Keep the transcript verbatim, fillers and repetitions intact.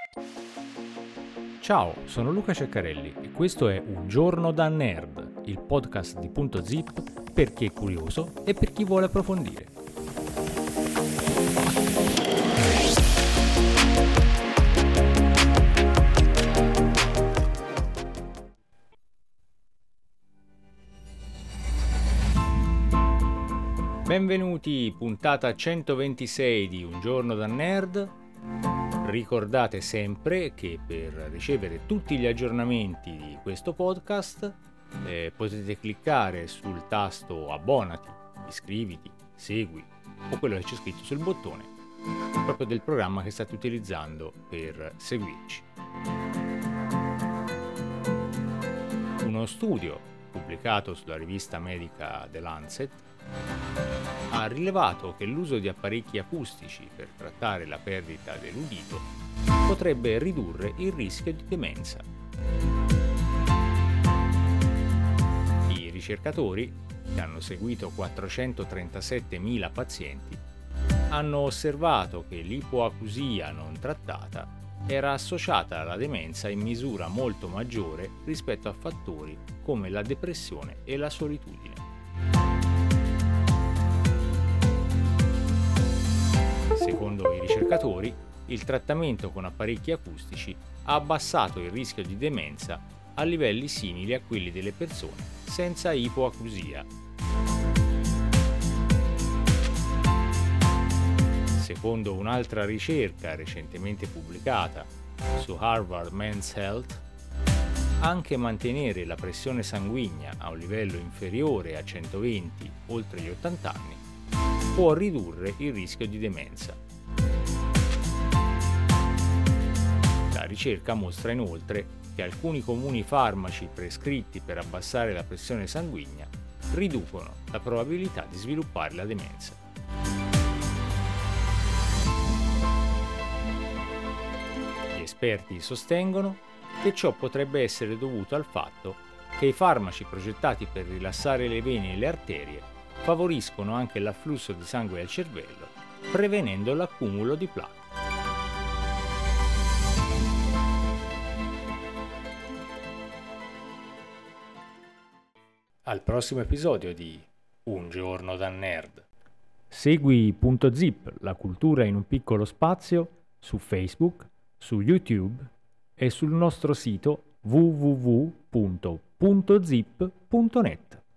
Ciao, sono Luca Ceccarelli e questo è Un giorno da nerd, il podcast di Punto Zip per chi è curioso e per chi vuole approfondire. Benvenuti, puntata centoventisei di Un giorno da nerd. Ricordate sempre che per ricevere tutti gli aggiornamenti di questo podcast eh, potete cliccare sul tasto abbonati, iscriviti, segui o quello che c'è scritto sul bottone proprio del programma che state utilizzando per seguirci. Uno studio pubblicato sulla rivista medica The Lancet ha rilevato che l'uso di apparecchi acustici per trattare la perdita dell'udito potrebbe ridurre il rischio di demenza. I ricercatori, che hanno seguito quattrocentotrentasettemila pazienti, hanno osservato che l'ipoacusia non trattata era associata alla demenza in misura molto maggiore rispetto a fattori come la depressione e la solitudine. Secondo i ricercatori, il trattamento con apparecchi acustici ha abbassato il rischio di demenza a livelli simili a quelli delle persone senza ipoacusia. Secondo un'altra ricerca recentemente pubblicata su Harvard Men's Health, anche mantenere la pressione sanguigna a un livello inferiore a centoventi oltre gli ottanta anni può ridurre il rischio di demenza. La ricerca mostra inoltre che alcuni comuni farmaci prescritti per abbassare la pressione sanguigna riducono la probabilità di sviluppare la demenza. Gli esperti sostengono che ciò potrebbe essere dovuto al fatto che i farmaci progettati per rilassare le vene e le arterie favoriscono anche l'afflusso di sangue al cervello, prevenendo l'accumulo di plaque. Al prossimo episodio di Un giorno da nerd. Segui Punto Zip, la cultura in un piccolo spazio, su Facebook, su YouTube e sul nostro sito w w w punto punto zip punto net.